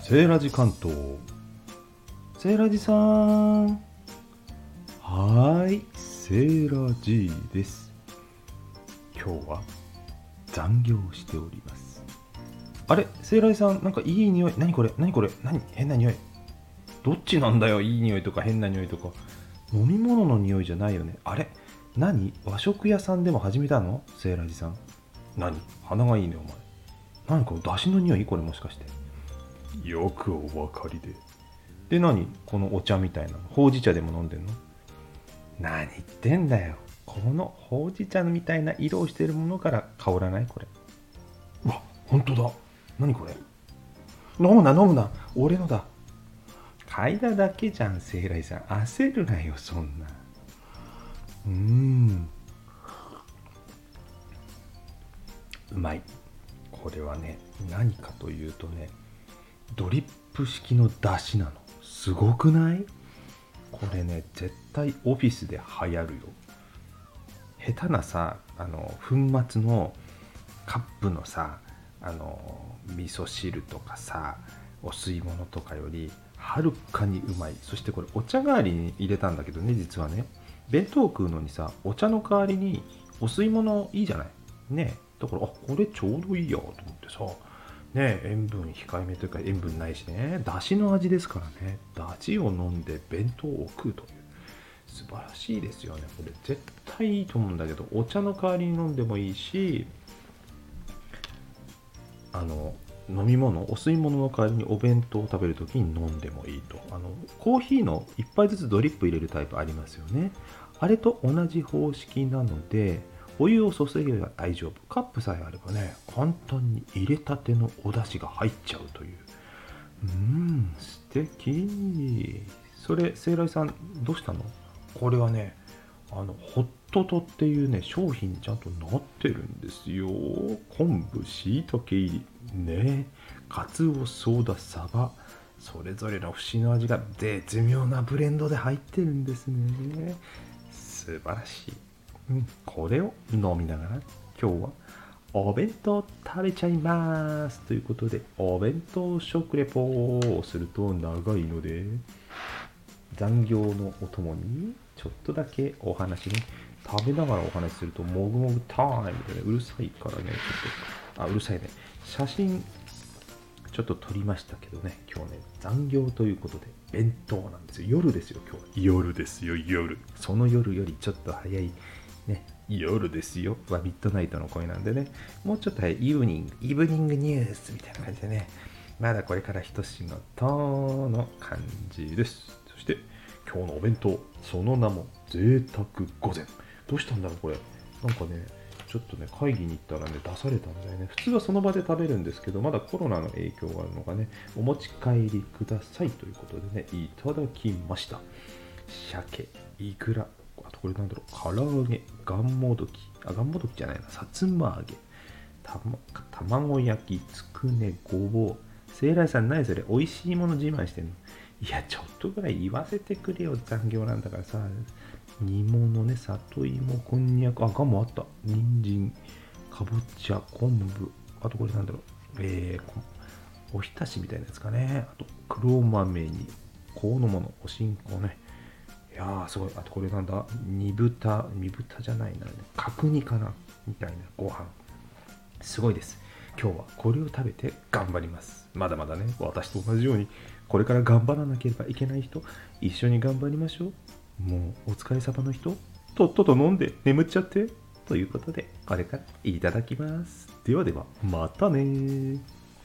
セーラジ関東。セーラジさん。はーい、セーラジです。今日は残業しております。あれ、セーラジさん、なんかいい匂い。何これ何変な匂い。どっちなんだよ、いい匂いとか変な匂いとか。飲み物の匂いじゃないよね。あれ、何、和食屋さんでも始めたのセーラジさん。何、鼻がいいねお前。何この出汁の匂い、これもしかして。よくお分かりで。で、何このお茶みたいなの。ほうじ茶でも飲んでんの？何言ってんだよ。このほうじ茶みたいな色をしてるものから香らないこれ。うわ、ほんとだ。何これ。飲むな。俺のだ。嗅いだだけじゃん、セイライさん。焦るなよ、そんな。うまい。これはね、何かというとね、ドリップ式の出汁なの。すごくない？これね、絶対オフィスで流行るよ。下手なさ、粉末のカップのさ、味噌汁とかさ、お吸い物とかよりはるかにうまい。そしてこれお茶代わりに入れたんだけどね、実はね、弁当食うのにさ、お茶の代わりにお吸い物いいじゃないね。だから、これちょうどいいやと思ってさ、ね、塩分控えめというか、塩分ないしね、だしの味ですからね。だしを飲んで弁当を食うという、素晴らしいですよね。これ絶対いいと思うんだけど、お茶の代わりに飲んでもいいし、飲み物、お吸い物の代わりにお弁当を食べるときに飲んでもいいと。コーヒーの1杯ずつドリップ入れるタイプありますよね。あれと同じ方式なので、お湯を注げば大丈夫。カップさえあればね、簡単に入れたてのお出汁が入っちゃうという。素敵。それ、セイライさん、どうしたの？これはね、ホットトっていうね、商品にちゃんとなってるんですよ。昆布、しいたけ入り、ね、かつお、ソーダ、サバ、それぞれの節の味が絶妙なブレンドで入ってるんですね。素晴らしい。これを飲みながら、今日はお弁当食べちゃいますということで、お弁当食レポをすると長いので、残業のお供にちょっとだけお話ね、食べながらお話しするともぐもぐタイムでね、うるさいからね、ちょっとうるさいね、写真ちょっと撮りましたけどね、今日ね、残業ということで弁当なんですよ。夜ですよ。今日は夜ですよ。夜、その夜よりちょっと早いね、夜ですよはミッドナイトの声なんでね、もうちょっと早いイブニングニュースみたいな感じでね、まだこれから一仕事の感じです。そして今日のお弁当、その名も贅沢御膳。どうしたんだろうこれ。なんかね、ちょっとね、会議に行ったらね、出されたんだよね。普通はその場で食べるんですけど、まだコロナの影響があるのがね、お持ち帰りくださいということでね、いただきました。鮭、イクラ、あとこれなんだろう、唐揚げ、がんもどき、がんもどきじゃないな、さつま揚げ、卵焼き、つくね、ごぼう。セイライさん、何それ、美味しいもの自慢してんの？いや、ちょっとぐらい言わせてくれよ、残業なんだからさ。煮物ね、里芋、こんにゃく、ガもあった。人参、かぼちゃ、昆布、あとこれなんだろう、おひたしみたいなやつかね。あと、黒豆に、こうのもの、おしんこね。いやー、すごい。あとこれなんだ、煮豚じゃないな、角煮かなみたいなご飯。すごいです。今日はこれを食べて頑張ります。まだまだね、私と同じように、これから頑張らなければいけない人、一緒に頑張りましょう。もうお疲れ様の人、とっとと飲んで眠っちゃって。ということで、これからいただきます。ではでは、またね。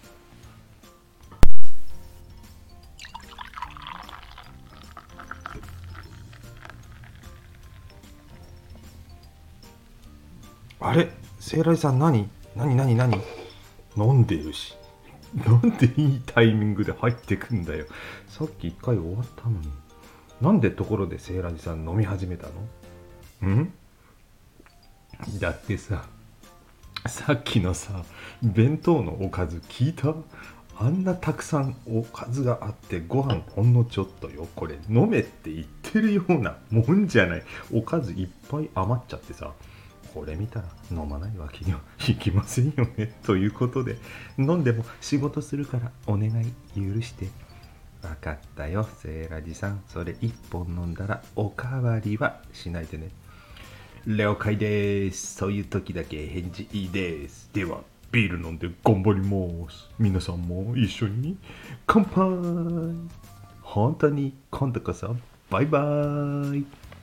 あれ、セイライさん、何飲んでるし。なんでいいタイミングで入ってくんだよ。さっき一回終わったのに。なんでところでセイラジさん飲み始めたの？だってさ、さっきのさ、弁当のおかず聞いた？あんなたくさんおかずがあってご飯ほんのちょっとよ。これ飲めって言ってるようなもんじゃない。おかずいっぱい余っちゃってさ、 これ見たら飲まないわけにはいきませんよね。ということで、飲んでも仕事するからお願い許して。わかったよ、セーラジさん。それ1本飲んだらおかわりはしないでね。了解です。そういう時だけ返事いいです。では、ビール飲んで頑張ります。皆さんも一緒に乾杯。本当に今度こそバイバイ。